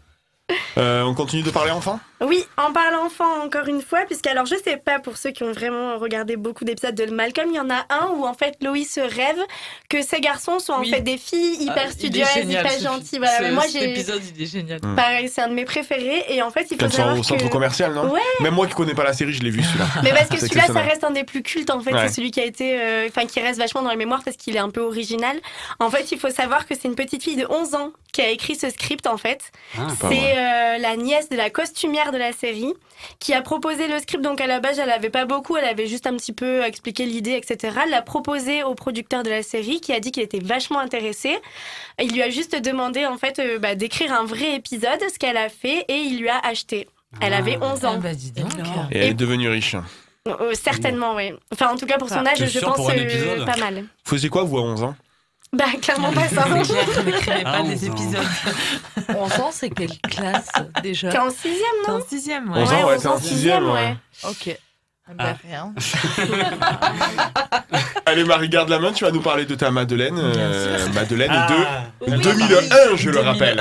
On continue de parler enfant? Oui, en parlant enfant encore une fois, puisque alors je sais pas pour ceux qui ont vraiment regardé beaucoup d'épisodes de Malcolm, il y en a un où en fait Loïs rêve que ces garçons sont en fait des filles hyper studieuses, hyper gentilles. Voilà, mais moi cet épisode, il est génial. Pareil, c'est un de mes préférés et en fait il faut Qu'elles sont savoir au centre que... commercial, non? Ouais. Même moi qui connais pas la série, je l'ai vu celui-là. Mais parce que C'est celui-là, ça exceptionnel. reste un des plus cultes en fait. Ouais. C'est celui qui a été, qui reste vachement dans les mémoires parce qu'il est un peu original. En fait, il faut savoir que c'est une petite fille de 11 ans qui a écrit ce script en fait. Ah, pas C'est la nièce de la costumière de la série qui a proposé le script. Donc à la base, elle avait pas beaucoup, elle avait juste un petit peu expliqué l'idée, etc. Elle l'a proposé au producteur de la série qui a dit qu'il était vachement intéressé. Il lui a juste demandé en fait d'écrire un vrai épisode, ce qu'elle a fait et il lui a acheté. Elle avait 11 ans. Bah dis donc. Et elle est devenue riche. Certainement, oui. Enfin, en tout cas, pour son âge, T'es je sûr pense pour un épisode pas mal. Vous faisiez quoi, vous, à 11 ans? Bah, clairement pas ça. N'écrivez pas Ah, des 11 ans. épisodes. 11 ans, c'est quelle classe déjà? T'es en 6e, T'es non? en 6e, 11 ans, ouais, t'es en 6e, ouais. Ok. Ah. Rien. Allez, Marie, garde la main, tu vas nous parler de ta Madeleine. Madeleine de Oui. 2001, je le rappelle.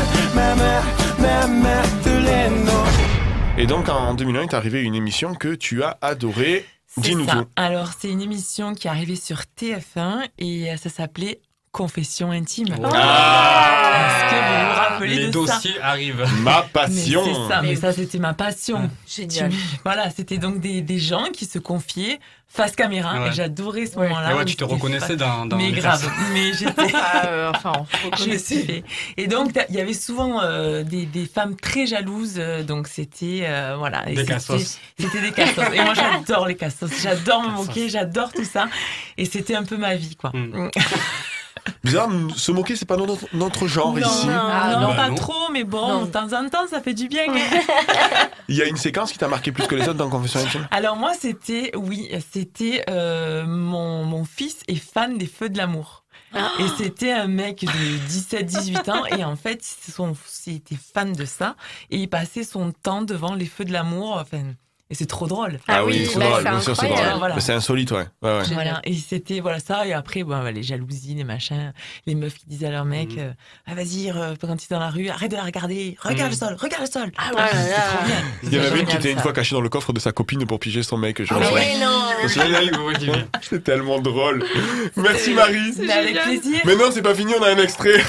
Madeleine. Et donc, en 2001, il t'est arrivé une émission que tu as adorée. C'est Dis-nous ça. tout. Alors, c'est une émission qui est arrivée sur TF1 et ça s'appelait Confession intime. Oh. Est-ce que vous vous rappelez Les de dossiers ça? arrivent. Ma passion. Mais c'est ça, mais ça c'était ma passion. Génial. Voilà, c'était donc des gens qui se confiaient face caméra Ouais. et j'adorais ce moment-là. Et ouais, où tu te c'était reconnaissais dans mais les grave, personnes. mais j'étais... Enfin, on se Je reconnaissait. kiffais. Et donc, il y avait souvent des femmes très jalouses, donc c'était... voilà. Et Des c'était- cassos. C'était des cassos. Et moi, j'adore les cassos. J'adore me moquer, j'adore tout ça. Et c'était un peu ma vie, quoi. Bizarre, se moquer, c'est pas notre genre Non, ici. non, Bah pas non. trop, mais bon, de temps en temps, ça fait du bien. hein. Il y a une séquence qui t'a marqué plus que les autres dans Confession intime? Alors moi, c'était mon fils est fan des Feux de l'amour. Et c'était un mec de 17-18 ans et en fait, il était fan de ça et il passait son temps devant les Feux de l'amour. Enfin, et c'est trop drôle. Ah oui, c'est drôle, bien sûr, c'est drôle. Voilà. Mais c'est insolite, ouais. Ouais, ouais. Voilà, et c'était ça, et après, les jalousies, les machins, les meufs qui disaient à leur mec, ah vas-y, quand ils sont dans la rue, arrête de la regarder, regarde le sol, regarde le sol. Ah ouais, c'est trop bien. Il y en avait une qui était une ça. fois cachée dans le coffre de sa copine pour piger son mec. Je Ah me souviens. mais non. Je me souviens, c'est tellement drôle. Merci Marie. Mais avec plaisir. Mais non, c'est pas fini, on a un extrait.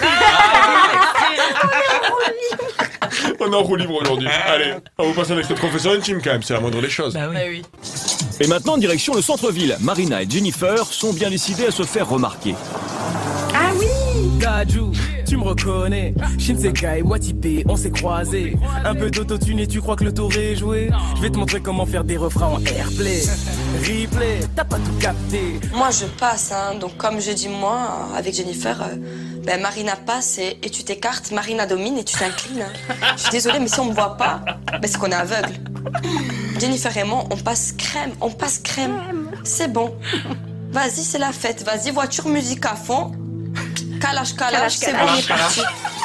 On est en roue libre aujourd'hui. Allez, on va vous passer un extrait de Confession intime quand même, c'est la moindre des choses. Bah oui. oui. Et maintenant, direction le centre-ville. Marina et Jennifer sont bien décidées à se faire remarquer. Ah oui, Dajou, tu me reconnais. Shinsekai, moi typé, on s'est croisés. Un peu d'autotune et tu crois que le tour est joué. Je vais te montrer comment faire des refrains en airplay. Replay, t'as pas tout capté. Moi je passe, hein. Donc comme je dis moi, avec Jennifer, Marina passe et tu t'écartes, Marina domine et tu t'inclines. Je suis désolée, mais si on me voit pas, c'est qu'on est aveugle. Jennifer et moi, on passe crème. C'est bon. Vas-y, c'est la fête. Vas-y, voiture, musique à fond. Calage, c'est bon, on est parti.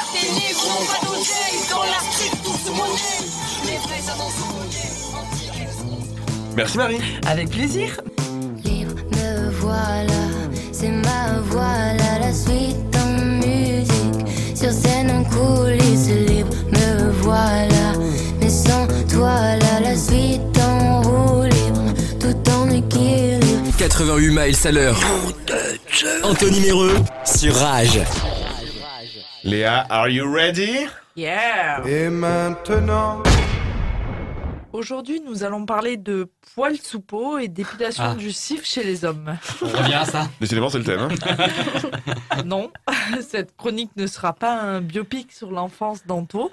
Merci Marie. Avec plaisir. Libre, me voilà, c'est ma voix, là, la suite en musique. Sur scène en coulisses, libre, me voilà, mais sans toi, là, la suite en roue libre, tout en équilibre. 88 miles à l'heure. Anthony Méreux sur Rage. Léa, are you ready? Yeah. Et maintenant? Aujourd'hui, nous allons parler de poils sous peau et d'épilation du cif chez les hommes. On revient à ça. Décidément, c'est le thème. Hein. Non, cette chronique ne sera pas un biopic sur l'enfance d'Anto,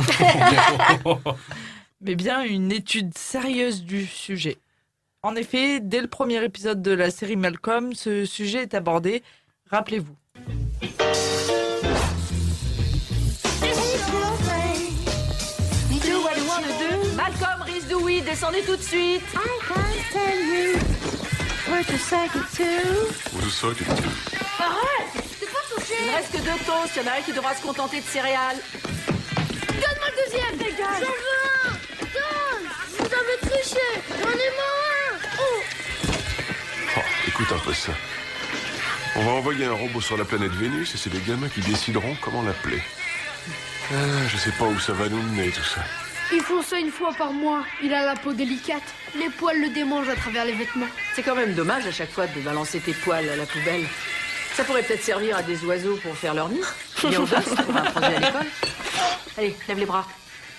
mais bien une étude sérieuse du sujet. En effet, dès le premier épisode de la série Malcolm, ce sujet est abordé. Rappelez-vous. Malcolm, Reese Dewey, descendez tout de suite. Arrête, t'es pas touché. Il ne reste que 2 toasts, il y en a un qui devra se contenter de céréales. Donne-moi le deuxième, dégage. J'en veux un. Donne. Vous avez triché. Donnez-moi un. Oh, écoute un peu ça. On va envoyer un robot sur la planète Vénus et c'est les gamins qui décideront comment l'appeler. Je sais pas où ça va nous mener tout ça. Ils font ça une fois par mois. Il a la peau délicate. Les poils le démangent à travers les vêtements. C'est quand même dommage à chaque fois de balancer tes poils à la poubelle. Ça pourrait peut-être servir à des oiseaux pour faire leur nid. Bien au gosse, pour un projet à l'école. Allez, lève les bras.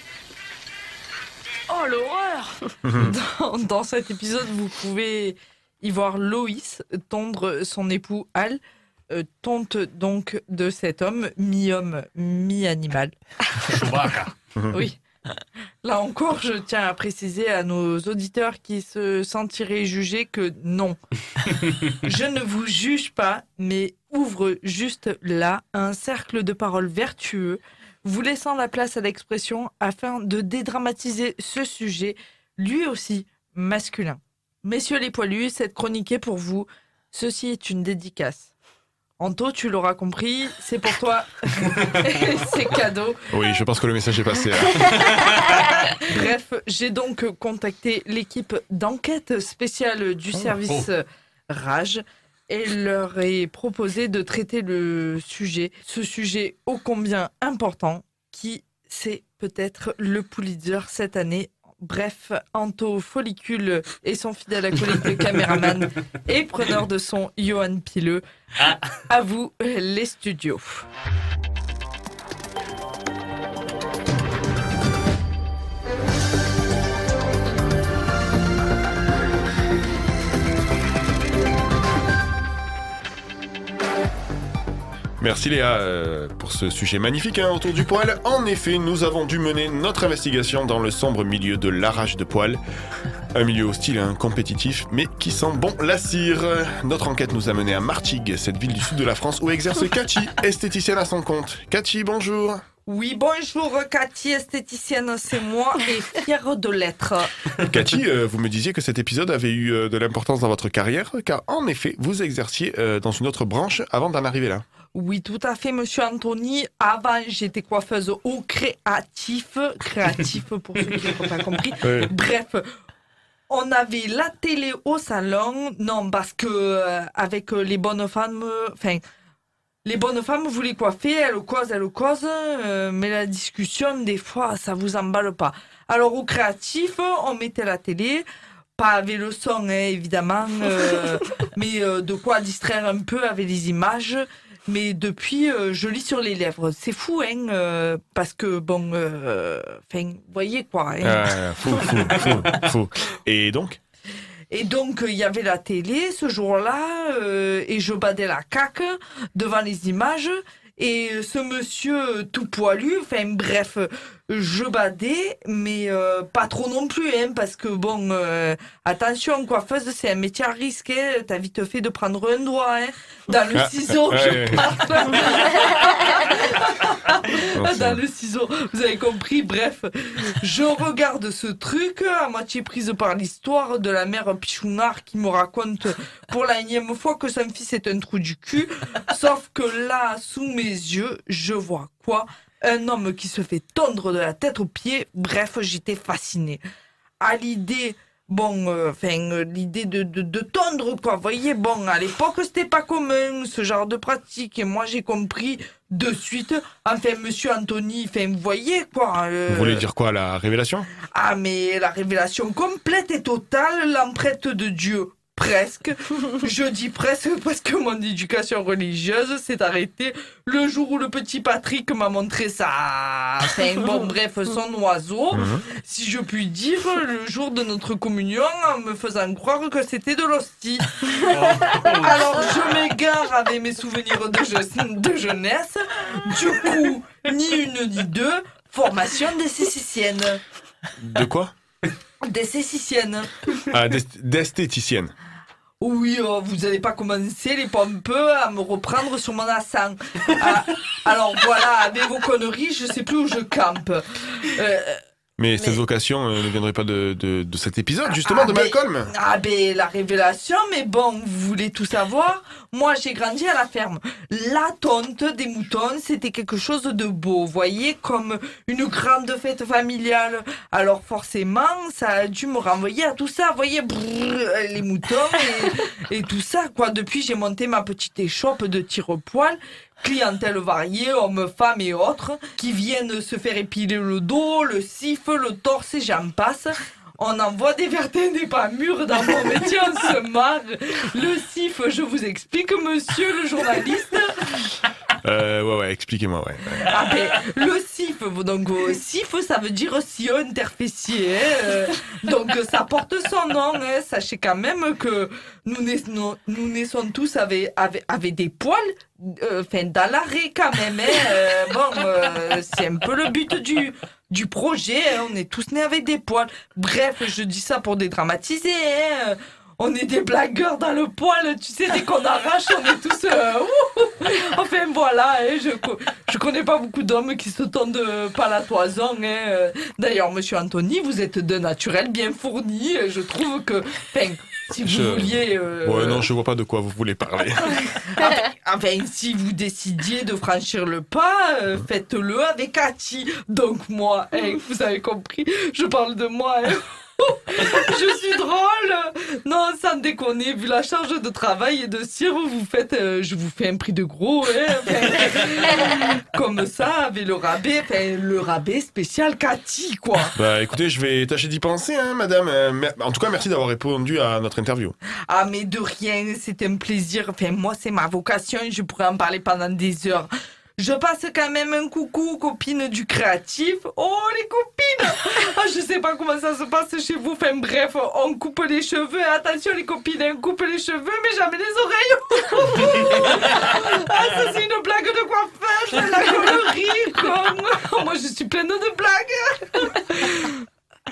Oh l'horreur. Dans cet épisode, vous pouvez y voir Loïs tondre son époux Al, tonte donc de cet homme, mi-homme, mi-animal. Oui. Là encore, je tiens à préciser à nos auditeurs qui se sentiraient jugés que non. Je ne vous juge pas, mais ouvre juste là un cercle de paroles vertueux, vous laissant la place à l'expression afin de dédramatiser ce sujet, lui aussi masculin. Messieurs les poilus, cette chronique est pour vous. Ceci est une dédicace. Anto, tu l'auras compris, c'est pour toi. C'est cadeau. Oui, je pense que le message est passé. Bref, j'ai donc contacté l'équipe d'enquête spéciale du service Rage et leur ai proposé de traiter le sujet, ce sujet ô combien important, qui c'est peut-être le Pulitzer cette année. Bref, Anto Follicule et son fidèle acolyte de caméraman et preneur de son Johan Pileux. À vous, les studios. Merci Léa pour ce sujet magnifique autour du poil. En effet, nous avons dû mener notre investigation dans le sombre milieu de l'arrache de poil. Un milieu hostile, compétitif, mais qui sent bon la cire. Notre enquête nous a mené à Martigues, cette ville du sud de la France où exerce Cathy, esthéticienne à son compte. Cathy, bonjour. Oui, bonjour Cathy, esthéticienne, c'est moi et fière de l'être. Cathy, vous me disiez que cet épisode avait eu de l'importance dans votre carrière, car en effet, vous exerciez dans une autre branche avant d'en arriver là. Oui, tout à fait, monsieur Anthony. Avant, j'étais coiffeuse au créatif. Créatif, pour ceux qui n'ont pas compris. Oui. Bref, on avait la télé au salon. Non, parce que avec les bonnes femmes... les bonnes femmes voulaient coiffer, elles causent, mais la discussion, des fois, ça vous emballe pas. Alors, au créatif, on mettait la télé... Pas avec le son, évidemment, mais de quoi distraire un peu avec les images. Mais depuis, je lis sur les lèvres. C'est fou, parce que, bon, vous voyez quoi. Fou. Et donc ? Et donc, il y avait la télé ce jour-là, et je badais la caque devant les images. Et ce monsieur tout poilu, enfin bref, je badais, mais pas trop non plus, hein, parce que bon, attention, coiffeuse, c'est un métier à risque, hein, t'as vite fait de prendre un doigt, hein, dans le ciseau, je parle. Dans le ciseau, vous avez compris, bref. Je regarde ce truc, à moitié prise par l'histoire de la mère Pichounard qui me raconte pour la énième fois que son fils est un trou du cul, sauf que là, sous mes yeux, je vois quoi ? Un homme qui se fait tondre de la tête aux pieds. Bref, j'étais fascinée. À l'idée, l'idée de tondre, quoi. Vous voyez, bon, à l'époque, c'était pas commun, ce genre de pratique. Et moi, j'ai compris de suite. Enfin, monsieur Anthony, vous voyez, quoi. Vous voulez dire quoi, la révélation ? Ah, mais la révélation complète et totale, l'empreinte de Dieu. Presque. Je dis presque parce que mon éducation religieuse s'est arrêtée le jour où le petit Patrick m'a montré son oiseau, si je puis dire, le jour de notre communion, en me faisant croire que c'était de l'hostie. Alors je m'égare avec mes souvenirs de jeunesse. Du coup, ni une ni deux, formation d'esthéticienne. De quoi ? D'esthéticienne. Ah, d'esthéticienne. Oui, vous n'allez pas commencer, les pompeux, à me reprendre sur mon accent. Alors voilà, avec vos conneries, je sais plus où je campe. Mais cette vocation ne viendrait pas de cet épisode, justement, de Malcolm. La révélation, mais bon, vous voulez tout savoir ? Moi, j'ai grandi à la ferme. La tonte des moutons, c'était quelque chose de beau, vous voyez, comme une grande fête familiale. Alors forcément, ça a dû me renvoyer à tout ça, vous voyez, les moutons et tout ça, quoi. Depuis, j'ai monté ma petite échoppe de tire-poil. Clientèle variée, hommes, femmes et autres, qui viennent se faire épiler le dos, le sif, le torse et j'en passe. On envoie des vertins des pas mûrs dans mon métier, on se marre. Le sif, je vous explique, monsieur le journaliste. Ouais, expliquez-moi, ouais. Ah le sif, donc sif, ça veut dire sillon interfessier. Donc ça porte son nom. Hein. Sachez quand même que nous naissons tous avec des poils, dans l'arrêt quand même. Hein. C'est un peu le but du projet. Hein. On est tous nés avec des poils. Bref, je dis ça pour dédramatiser. Hein. On est des blagueurs dans le poil, tu sais, dès qu'on arrache, on est tous... Enfin, voilà, hein, je connais pas beaucoup d'hommes qui se tendent par la toison. Hein. D'ailleurs, monsieur Anthony, vous êtes de naturel bien fourni. Je trouve que... si vous vouliez... Ouais, non, je vois pas de quoi vous voulez parler. Enfin, si vous décidiez de franchir le pas, faites-le avec Cathy. Donc moi, vous avez compris, je parle de moi, hein. Je suis drôle. Non, sans déconner, vu la charge de travail et de cire, je vous fais un prix de gros, hein, comme ça, avec le rabais spécial Cathy, quoi. Bah écoutez, je vais tâcher d'y penser, hein, madame. En tout cas, merci d'avoir répondu à notre interview. Ah, mais de rien, c'est un plaisir. Enfin, moi, c'est ma vocation et je pourrais en parler pendant des heures. Je passe quand même un coucou aux copines du créatif. Oh, les copines! Je sais pas comment ça se passe chez vous. Enfin bref, on coupe les cheveux. Attention les copines, on coupe les cheveux, mais jamais les oreilles. Ça c'est une blague de coiffeuse. La connerie, quoi. Moi je suis pleine de blagues.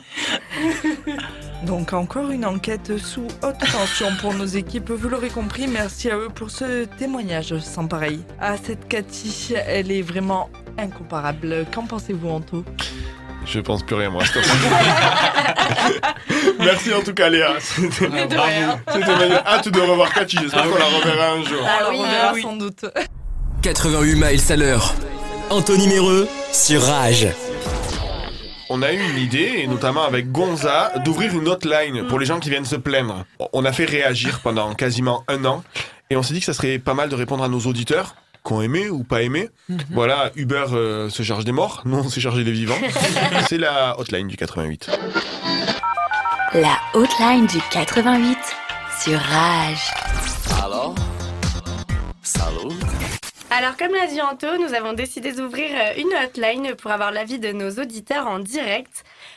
Donc encore une enquête sous haute tension pour nos équipes, vous l'aurez compris, merci à eux pour ce témoignage sans pareil. Ah, cette Cathy, elle est vraiment incomparable. Qu'en pensez-vous, Anto ? Je pense plus rien, moi. Stop. Merci en tout cas, Léa. C'était hâte de revoir Cathy. J'espère qu'on la reverra un jour. Alors, on verra sans doute. 88 miles à l'heure. Anthony Méreux sur Rage. On a eu une idée, et notamment avec Gonza, d'ouvrir une hotline pour les gens qui viennent se plaindre. On a fait réagir pendant quasiment 1 an, et on s'est dit que ça serait pas mal de répondre à nos auditeurs, qui ont aimé ou pas aimé. Voilà, Uber se charge des morts, nous on s'est chargé des vivants. C'est la hotline du 88. La hotline du 88 sur Rage. Alors, salut. Alors, comme l'a dit Anto, nous avons décidé d'ouvrir une hotline pour avoir l'avis de nos auditeurs en direct.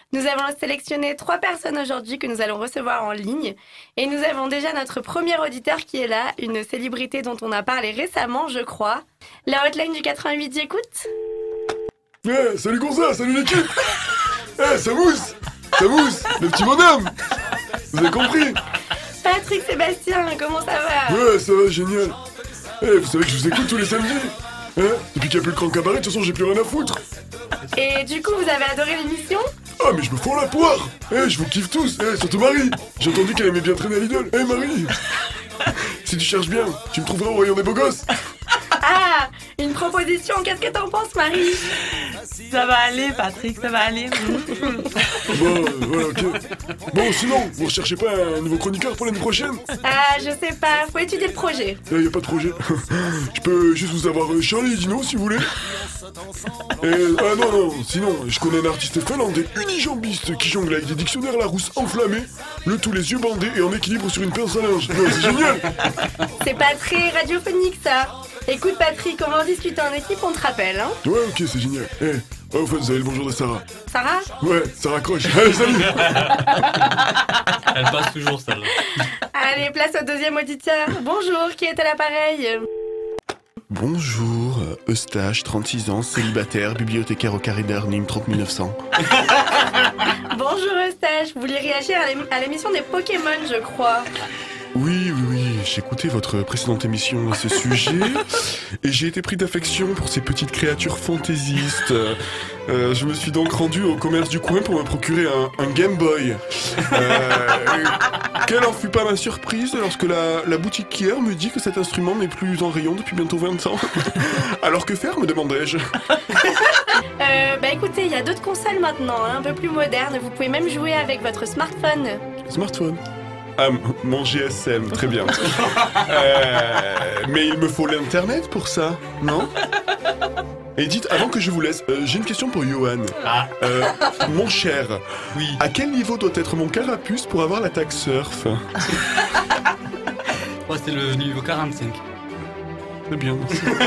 Nous avons sélectionné 3 personnes aujourd'hui que nous allons recevoir en ligne. Et nous avons déjà notre premier auditeur qui est là, une célébrité dont on a parlé récemment, je crois. La hotline du 88, j'écoute. Salut Gonza, salut l'équipe. Ça mousse, le petit bonhomme. Vous avez compris? Patrick Sébastien, comment ça va? Ouais, ça va, génial. Vous savez que je vous écoute tous les samedis. Depuis qu'il n'y a plus le Grand Cabaret, de toute façon, j'ai plus rien à foutre. Et du coup, vous avez adoré l'émission? Ah, mais je me fous la poire. Je vous kiffe tous, surtout Marie. J'ai entendu qu'elle aimait bien traîner à l'idole. Marie, si tu cherches bien, tu me trouveras au rayon des beaux gosses. Ah, une proposition, qu'est-ce que t'en penses, Marie? Ça va aller, Patrick, ça va aller. Bon, voilà, ok. Bon, sinon, vous recherchez pas un nouveau chroniqueur pour l'année prochaine? Ah, je sais pas, faut étudier le projet. Y a pas de projet. Je peux juste vous avoir Charlie et Dino, si vous voulez. Ah non, sinon, je connais un artiste finlandais unijambiste qui jongle avec des dictionnaires Larousse enflammés, le tout les yeux bandés et en équilibre sur une pince à linge. Non, c'est génial. C'est pas très radiophonique, ça. Écoute, Patrick, on va en discuter en équipe, on te rappelle, hein? Ouais, ok, c'est génial. Au fait, vous avez le bonjour de Sarah. Sarah? Ouais, Sarah Croche. Allez, salut. Elle passe toujours, celle-là. Allez, place au deuxième auditeur. Bonjour, qui est à l'appareil? Bonjour, Eustache, 36 ans, célibataire, bibliothécaire au carré d'Arnhem, 30 900. Bonjour, Eustache. Vous vouliez réagir à l'émission des Pokémon, je crois. Oui, j'ai écouté votre précédente émission à ce sujet et j'ai été pris d'affection pour ces petites créatures fantaisistes. Je me suis donc rendu au commerce du coin pour me procurer un Game Boy. Quelle en fut pas ma surprise lorsque la boutiquière me dit que cet instrument n'est plus en rayon depuis bientôt 20 ans. Alors que faire, me demandai-je. Bah écoutez, il y a d'autres consoles maintenant, hein, un peu plus modernes. Vous pouvez même jouer avec votre smartphone. Smartphone? Ah, mon GSM, très bien. Mais il me faut l'internet pour ça, non? Et dites, avant que je vous laisse, j'ai une question pour Johan. Mon cher, oui. À quel niveau doit être mon carapuce pour avoir la tag surf? C'est le niveau 45. C'est bien.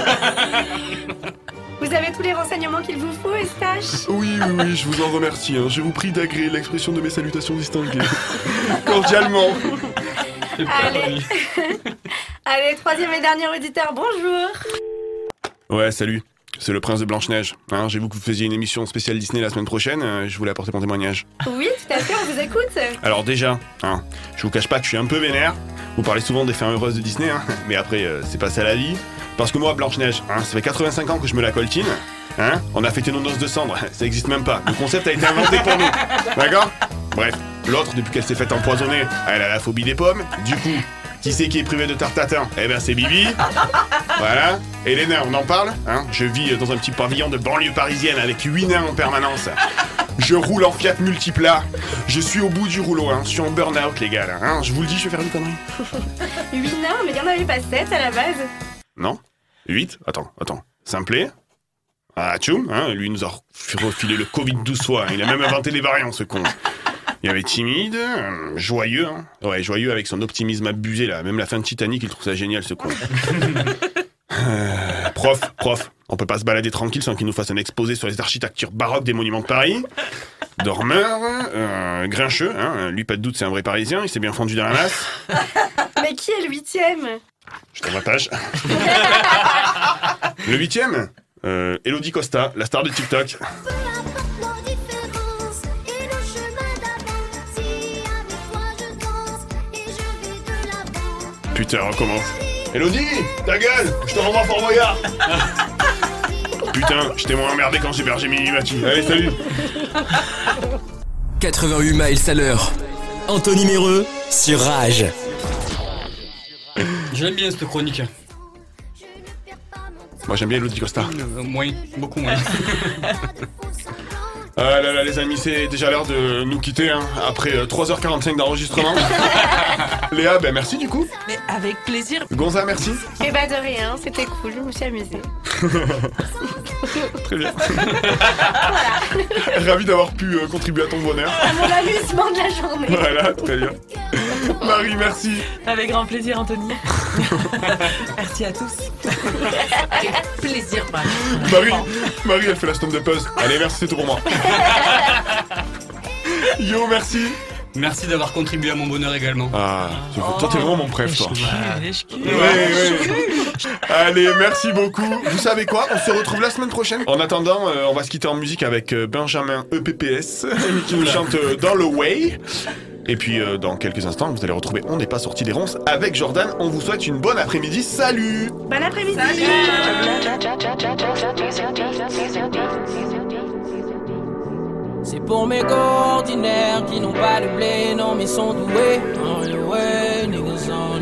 Vous avez tous les renseignements qu'il vous faut, Eustache? Oui, je vous en remercie. Je vous prie d'agréer l'expression de mes salutations distinguées. Cordialement. Allez. Allez, troisième et dernier auditeur, bonjour. Ouais, salut. C'est le prince de Blanche-Neige. J'ai vu que vous faisiez une émission spéciale Disney la semaine prochaine. Je voulais apporter mon témoignage. Oui, tout à fait, on vous écoute. Alors déjà, je vous cache pas que je suis un peu vénère. Vous parlez souvent des fins heureuses de Disney, mais après, c'est pas ça la vie. Parce que moi, Blanche-Neige, ça fait 85 ans que je me la coltine. On a fêté nos noces de cendres, ça existe même pas. Le concept a été inventé pour nous. D'accord? Bref, l'autre, depuis qu'elle s'est faite empoisonner, elle a la phobie des pommes. Du coup, qui c'est qui est privé de tarte tatin? Eh ben c'est Bibi. Voilà. Et les nains, on en parle? Je vis dans un petit pavillon de banlieue parisienne avec 8 nains en permanence. Je roule en Fiat Multipla. Je suis au bout du rouleau, je suis en burn-out, les gars, là. Je vous le dis, je vais faire une connerie. 8 nains, mais il y en avait pas 7 à la base. Non? 8? Attends. Simplet? Ah, Tchoum, lui nous a refilé le Covid-12 fois. Il a même inventé des variants, ce con. Il y avait timide, joyeux, Ouais, joyeux avec son optimisme abusé, là. Même la fin de Titanic, il trouve ça génial, ce con. Prof. On peut pas se balader tranquille sans qu'il nous fasse un exposé sur les architectures baroques des monuments de Paris. Dormeur, grincheux, lui, pas de doute, c'est un vrai Parisien, il s'est bien fendu dans la masse. Mais qui est le 8e? Je t'en page. Le 8e, Elodie Costa, la star de TikTok. Putain, recommence. Elodie, ta gueule, je te renvoie Fort Boyard. Putain, je t'ai moins emmerdé quand j'ai bergé Minimati. Allez, salut. 88 miles à l'heure. Anthony Méreux sur Rage. J'aime bien cette chronique. Moi j'aime bien Elodie Costa. Moins, beaucoup moins. Ah là là les amis, c'est déjà l'heure de nous quitter après 3h45 d'enregistrement. Léa, merci du coup. Mais avec plaisir. Gonza, merci. Eh ben de rien, c'était cool, je me suis amusée. Très bien. Ravi d'avoir pu contribuer à ton bonheur. À mon amusement de la journée. Voilà, très bien. Marie, merci. Avec grand plaisir, Anthony. Merci à tous. Avec plaisir, Marie. Marie, elle fait la stomp de pause. Allez, merci, c'est tout pour moi. Yo, merci. Merci d'avoir contribué à mon bonheur également. Ah, toi t'es vraiment mon préf, toi. Ouais. Oui. Allez, merci beaucoup. Vous savez quoi? On se retrouve la semaine prochaine. En attendant, on va se quitter en musique avec Benjamin EPPS qui nous chante Dans le Way. Et puis dans quelques instants, vous allez retrouver On n'est pas sorti des ronces avec Jordan. On vous souhaite une bonne après-midi. Salut! Bon après-midi! C'est pour mes gars ordinaires qui n'ont pas de blé, non mais sont doués. On the way, niggas on